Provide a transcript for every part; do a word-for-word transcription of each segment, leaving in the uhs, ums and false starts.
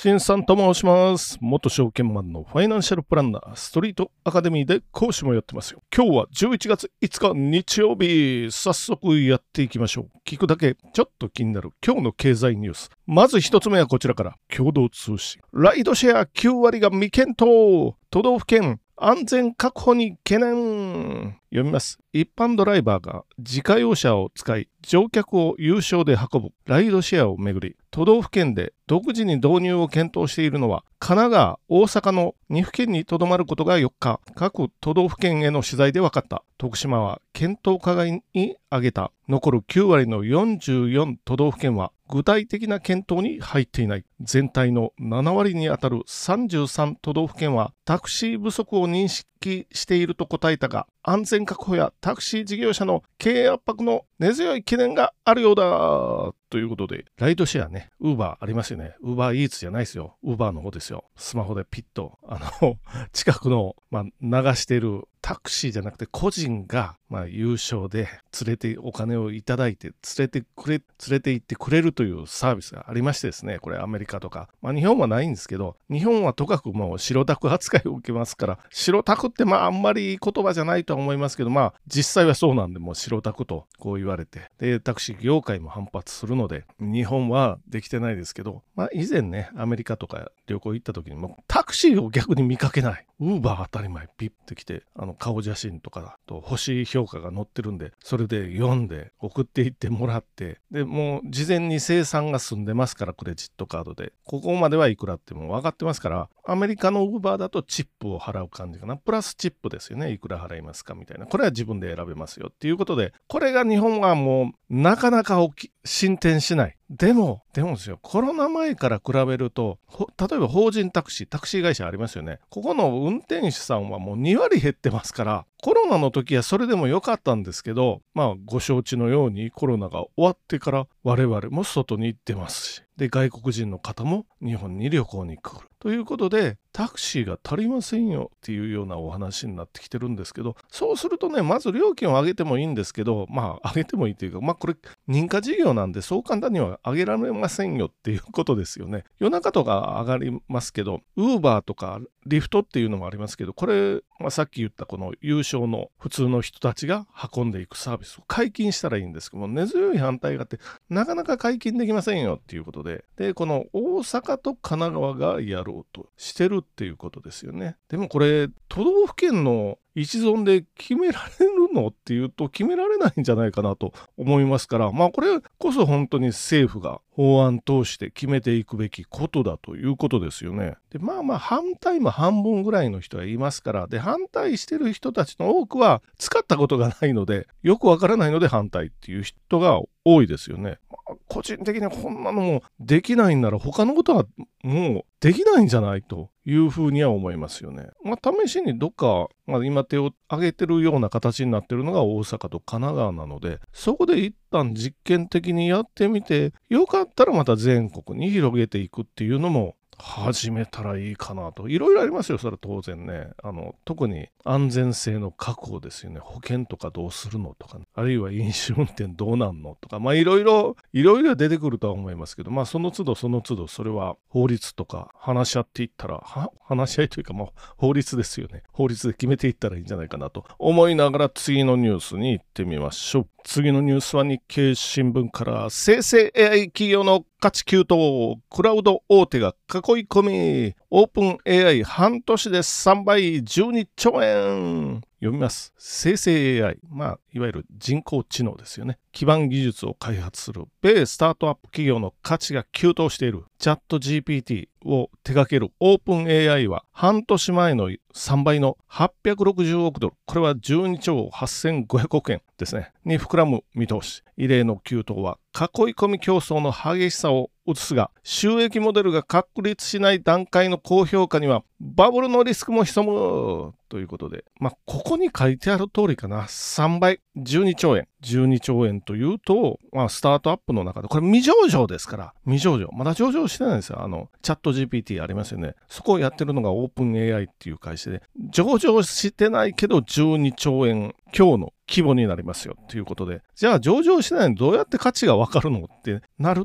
しんさんと申します。元証券マンのファイナンシャルプランナー、ストリートアカデミーで講師もやってますよ。今日はじゅういちがついつか日曜日。早速やっていきましょう。聞くだけちょっと気になる今日の経済ニュース。まず一つ目はこちらから。共同通信。ライドシェアきゅうわりが未検討。都道府県安全確保に懸念。読みます。一般ドライバーが自家用車を使い乗客を有償で運ぶライドシェアをめぐり、都道府県で独自に導入を検討しているのは神奈川、大阪のにふけんにとどまることがよっか、各都道府県への取材で分かった。徳島は検討課外に挙げた残るきゅうわりのよんじゅうよん都道府県は具体的な検討に入っていない。全体のななわりにあたるさんじゅうさん都道府県はタクシー不足を認識していると答えたが、安全確保やタクシー事業者の経営圧迫の根強い懸念があるようだ。ということで、ライドシェアね、ウーバーありますよね。ウーバーイーツじゃないですよ。ウーバーの方ですよ。スマホでピッと、あの、近くの、まあ、流しているタクシーじゃなくて個人が、まあ、有償で連れて、お金をいただいて、連れてくれ、連れて行ってくれるというサービスがありましてですね、これアメリカとか。まあ、日本はないんですけど、日本はとかくもう白タク扱いを受けますから、白タクってまああんまりいい言葉じゃないとは思いますけど、まあ実際はそうなんで、もう白タクとこう言われて、で、タクシー業界も反発するので、日本はできてないですけど、まあ以前ね、アメリカとか旅行行った時にもタクシーを逆に見かけない。ウーバー当たり前、ピッて来て、あの顔写真とかと星評価が載ってるんで、それで読んで送っていってもらって、で、もう事前に生産が済んでますから、クレジットカードで。ここまではいくらっても分かってますから、アメリカのウーバーだとチップを払う感じかな。プラスチップですよね。いくら払いますかみたいな。これは自分で選べますよっていうことで、これが日本はもうなかなか起き進展しない。でも、でもですよ、コロナ前から比べると、例えば法人タクシー、タクシー会社ありますよね。ここの運転手さんはもうにわり減ってますから、コロナの時はそれでも良かったんですけど、まあご承知のようにコロナが終わってから我々も外に行ってますし、で、外国人の方も日本に旅行に来る。ということで、タクシーが足りませんよっていうようなお話になってきてるんですけど、そうするとね、まず料金を上げてもいいんですけど、まあ上げてもいいというか、まあこれ認可事業なんでそう簡単には上げられませんよっていうことですよね。夜中とか上がりますけど、ウーバーとかリフトっていうのもありますけど、これ、まあ、さっき言ったこの有償の普通の人たちが運んでいくサービスを解禁したらいいんですけども、根強い反対があってなかなか解禁できませんよっていうことで、で、この大阪と神奈川がやろうとしてるっていうことですよね。でもこれ都道府県の一存で決められるのっていうと決められないんじゃないかなと思いますから、まあこれこそ本当に政府が法案通して決めていくべきことだということですよね。で、まあまあ反対も半分ぐらいの人はいますから、で、反対してる人たちの多くは使ったことがないので、よくわからないので反対っていう人が多いですよね。まあ、個人的にこんなのもできないんなら他のことはもうできないんじゃないというふうには思いますよね。まあ試しにどっか、まあ、今手を挙げてるような形になってるのが大阪と神奈川なので、そこで一旦実験的にやってみて、よかったらまた全国に広げていくっていうのも始めたらいいかなと。いろいろありますよ、それは当然ね。あの、特に安全性の確保ですよね。保険とかどうするのとか、ね、あるいは飲酒運転どうなんのとか、まあいろいろ、いろいろ出てくるとは思いますけど、まあその都度その都度それは法律とか話し合っていったら、は話し合いというかまあ法律ですよね。法律で決めていったらいいんじゃないかなと思いながら次のニュースに行ってみましょう。次のニュースは日経新聞から生成 エーアイ 企業の価値急騰、クラウド大手が囲い込み、オープン エーアイ 半年でさんばいじゅうにちょうえん。読みます。生成 エーアイ。まあ、いわゆる人工知能ですよね。基盤技術を開発する米スタートアップ企業の価値が急騰しているチャット ジーピーティー を手掛けるオープン エーアイ は半年前のさんばいのはっぴゃくろくじゅうおくドル、これはじゅうにちょうはっせんごひゃくおくえんですね、に膨らむ見通し。異例の急騰は囲い込み競争の激しさを映すが、収益モデルが確立しない段階の高評価にはバブルのリスクも潜むということで、まあ、ここに書いてある通りかな。さんばい、じゅうにちょうえん。じゅうにちょうえんというと、まあ、スタートアップの中で、これ未上場ですから、未上場。まだ上場してないんですよ。あの、チャット ジーピーティー ありますよね。そこをやってるのがオープン エーアイ っていう会社で、上場してないけどじゅうにちょうえん強の規模になりますよっていうことで、じゃあ上場してないのにどうやって価値がわかるのってなると、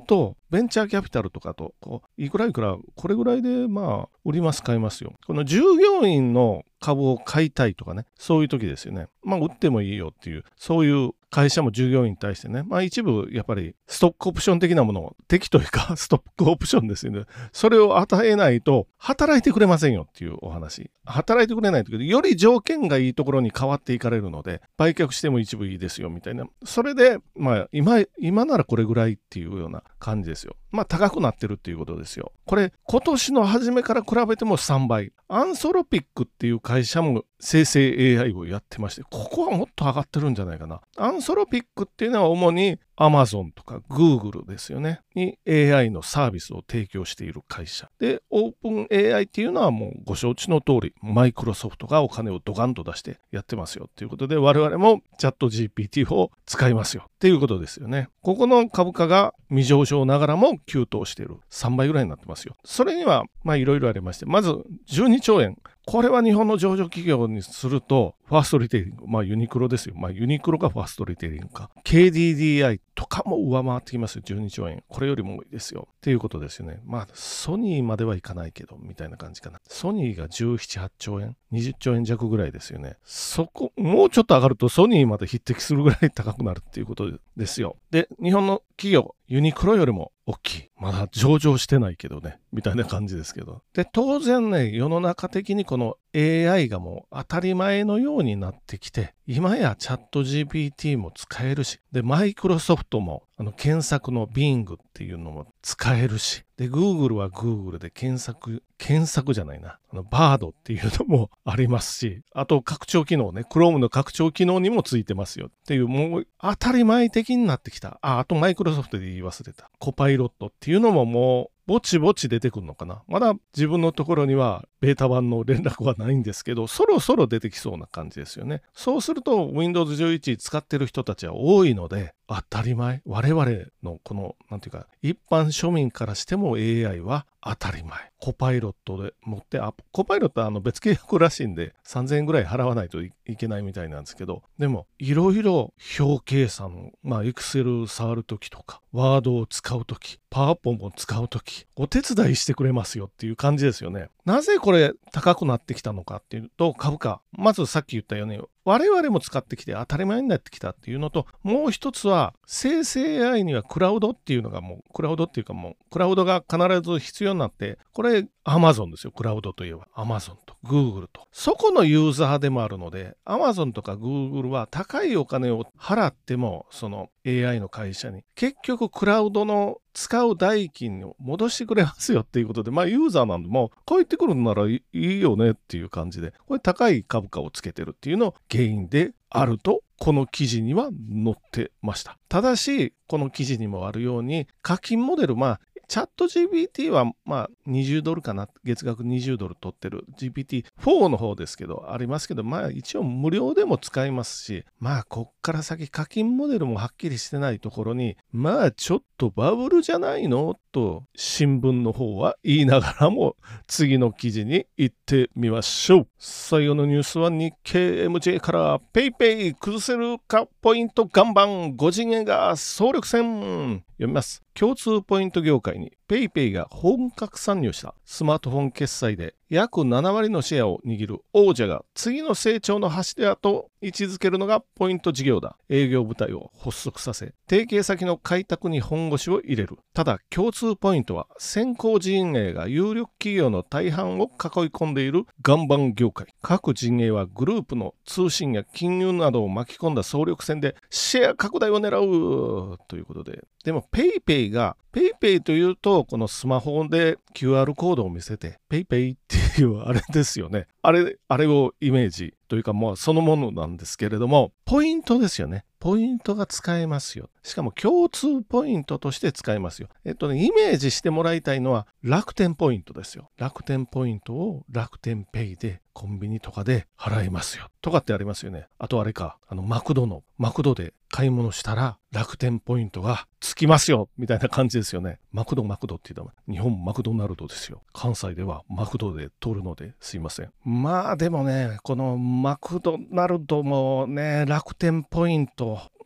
ベンチャーキャピタルとかとこういくらいくらこれぐらいでまあ売ります買いますよ。この従業員の株を買いたいとかね、そういう時ですよね。まあ売ってもいいよっていう、そういう会社も従業員に対してね、まあ一部やっぱりストックオプション的なものを、敵というかストックオプションですよね。それを与えないと働いてくれませんよっていうお話。働いてくれないというけど、より条件がいいところに変わっていかれるので、売却しても一部いいですよみたいな。それで、まあ今、今ならこれぐらいっていうような感じですよ。まあ高くなってるっていうことですよ。これ今年の初めから比べてもさんばい。アンソロピックっていう会社も生成 エーアイ をやってまして、ここはもっと上がってるんじゃないかな。アンソロピックっていうのは主に Amazon とか Google ですよね。に エーアイ のサービスを提供している会社。で、オープン エーアイ っていうのはもうご承知の通り、マイクロソフトがお金をドカンと出してやってますよっていうことで、我々もチャット ジーピーティー を使いますよっていうことですよね。ここの株価が未上昇ながらも急騰している。さんばいぐらいになってますよ。それには、まあいろいろありまして、まずじゅうにちょうえん。これは日本の上場企業にすると、ファーストリテイリング、まあユニクロですよ。まあユニクロがファーストリテイリングか。ケーディーディーアイ とかも上回ってきますよ。じゅうにちょうえん。これよりも多いですよ。っていうことですよね。まあソニーまではいかないけど、みたいな感じかな。ソニーがじゅうなな、はちちょうえん。にじゅっちょうえん弱ぐらいですよね。そこ、もうちょっと上がるとソニーまで匹敵するぐらい高くなるっていうことですよ。で、日本の企業、ユニクロよりも大きい。まだ上場してないけどね。みたいな感じですけど。で、当然ね、世の中的にこの エーアイ がもう当たり前のようになってきて、今やチャット ジーピーティー も使えるし、で、マイクロソフトもあの検索の Bing っていうのも使えるし、で、Google は Google で検索、検索じゃないな、あの Bard っていうのもありますし、あと拡張機能ね、Chrome の拡張機能にもついてますよっていう、もう当たり前的になってきた。あ、あとマイクロソフトで言い忘れた。コパイロットっていうのももう、ぼちぼち出てくるのかな。まだ自分のところにはベータ版の連絡はないんですけど、そろそろ出てきそうな感じですよね。そうすると ウィンドウズじゅういち 使ってる人たちは多いので、当たり前。我々のこの、なんていうか、一般庶民からしても エーアイ は当たり前。コパイロットで持って、あ、コパイロットはあの別契約らしいんで、さんぜんえんぐらい払わないといけないみたいなんですけど、でも、いろいろ表計算、まあ、エクセル触るときとか、ワードを使うとき、パワポンも使うとき、お手伝いしてくれますよっていう感じですよね。なぜこれ高くなってきたのかっていうと、株価。まずさっき言ったように、我々も使ってきて当たり前になってきたっていうのと、もう一つは、生成 エーアイ にはクラウドっていうのがもう、クラウドっていうかもう、クラウドが必ず必要になって、これ Amazon ですよ、クラウドといえば。Amazon と Google と。そこのユーザーでもあるので、Amazon とか Google は高いお金を払っても、その エーアイ の会社に、結局クラウドの使う代金を戻してくれますよっていうことで、まあユーザーなんでも帰ってくるならいいよねっていう感じで、これ高い株価をつけてるっていうの原因であると、この記事には載ってました。ただし、この記事にもあるように、課金モデル、まあ、チャット ジーピーティー はまあにじゅうドルかな、月額にじゅうドル取ってる ジーピーティーフォー の方ですけど、ありますけど、まあ一応無料でも使えますし、まあこっから先課金モデルもはっきりしてないところに、まあちょっとバブルじゃないのと新聞の方は言いながらも、次の記事に行ってみましょう。最後のニュースは日経 エムジェー から、ペイペイ崩せるかポイント岩盤ご次元が総力戦。読みます。共通ポイント業界に ペイペイが本格参入したスマートフォン決済で約ななわりのシェアを握る王者が次の成長の柱と位置づけるのがポイント事業だ。営業部隊を発足させ、提携先の開拓に本腰を入れる。ただ共通ポイントは先行陣営が有力企業の大半を囲い込んでいる岩盤業界。各陣営はグループの通信や金融などを巻き込んだ総力戦でシェア拡大を狙うということで。でもペイペイが、ペイペイというとこのスマホで キューアール コードを見せてペイペイっていうあれですよね。あれ、あれをイメージというかもうそのものなんですけれども、ポイントですよね。ポイントが使えますよ。しかも共通ポイントとして使えますよ。えっとね、イメージしてもらいたいのは楽天ポイントですよ。楽天ポイントを楽天ペイでコンビニとかで払いますよ。とかってありますよね。あとあれか、あのマクドの、マクドで買い物したら楽天ポイントがつきますよ。みたいな感じですよね。マクドマクドって言ったら日本マクドナルドですよ。関西ではマクドで通るのですいません。まあでもね、このマクドナルドもね、楽天ポイント、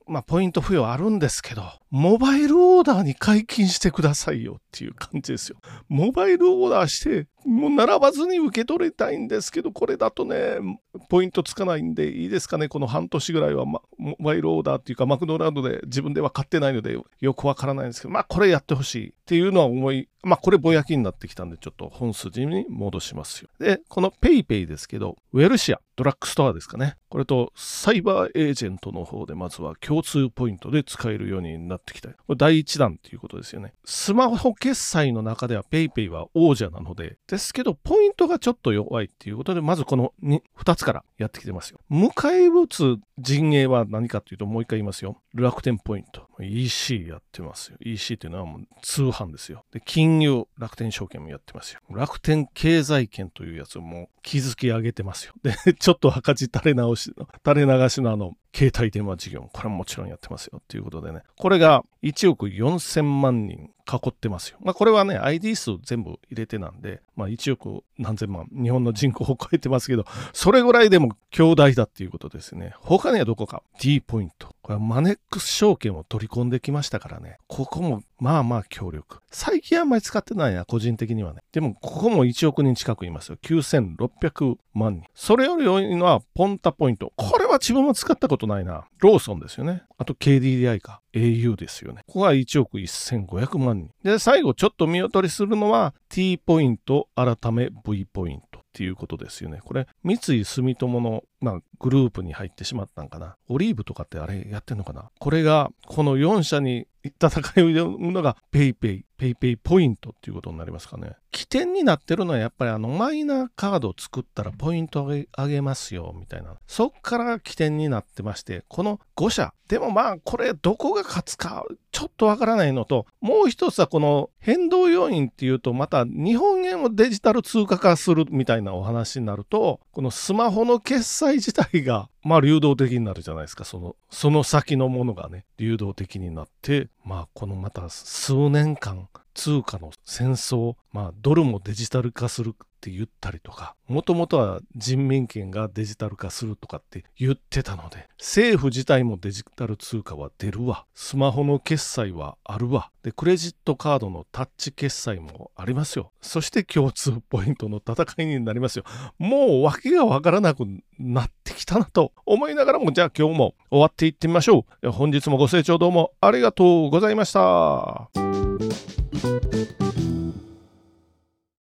まあ、ポイント付与あるんですけど、モバイルオーダーに解禁してくださいよっていう感じですよ。モバイルオーダーして、もう並ばずに受け取りたいんですけど、これだとね、ポイントつかないんでいいですかね、この半年ぐらいは、ま、モバイルオーダーっていうか、マクドナルドで自分では買ってないので、よくわからないんですけど、まあ、これやってほしいっていうのは思い、まあ、これぼやきになってきたんで、ちょっと本筋に戻しますよ。で、この PayPay ですけど、ウェルシア、ドラッグストアですかね。これとサイバーエージェントの方でまずは共通ポイントで使えるようになってきた。これ第一弾っていうことですよね。スマホ決済の中では PayPay は王者なので、ですけどポイントがちょっと弱いっていうことで、まずこの 2, 2つからやってきてますよ。向かい物陣営は何かっていうと、もう一回言いますよ。楽天ポイント。イーシー やってますよ。イーシー っていうのはもう通販ですよ。で、金融、楽天証券もやってますよ。楽天経済圏というやつをもう築き上げてますよ。で、ちょっと赤字垂れ直しの、垂れ流しのあの、携帯電話事業も、これももちろんやってますよ。っていうことでね。これがいちおくよんせんまんにん囲ってますよ。まあこれはね、アイディー 数全部入れてなんで、まあいちおくなんぜんまん、日本の人口を超えてますけど、それぐらいでも強大だっていうことですね。他にはどこか D ポイント。これはマネックス証券を取り込んできましたからね。ここもまあまあ強力。最近あんまり使ってないな、個人的にはね。でもここもいちおくにん近くいますよ。きゅうせんろっぴゃくまんにん。それより多いのはポンタポイント。これは自分も使ったことないな。ローソンですよね。あと ケーディーディーアイ か。エーユー ですよね。ここがいちおくせんごひゃくまんにん。で、最後ちょっと見劣りするのは T ポイント改め V ポイント。っていうことですよね。これ、三井住友の、まあ、グループに入ってしまったんかな。オリーブとかってあれやってんのかな。これが、このよん社に戦いを挑むのが PayPay、PayPay ポイントっていうことになりますかね。起点になってるのはやっぱりあのマイナーカードを作ったらポイントあげますよみたいな。そっから起点になってまして、このご社。でもまあこれどこが勝つかちょっとわからないのと、もう一つはこの変動要因っていうとまた日本円をデジタル通貨化するみたいなお話になると、このスマホの決済自体がまあ流動的になるじゃないですか。その、その先のものがね、流動的になって、まあこのまた数年間通貨の戦争、まあドルもデジタル化するって言ったりとか、もともとは人民権がデジタル化するとかって言ってたので、政府自体もデジタル通貨は出るわ。スマホの決済はあるわ。で、クレジットカードのタッチ決済もありますよ。そして共通ポイントの戦いになりますよ。もう訳がわからなくなってきたなと思いながらも、じゃあ今日も終わっていってみましょう。本日もご清聴どうもありがとうございました。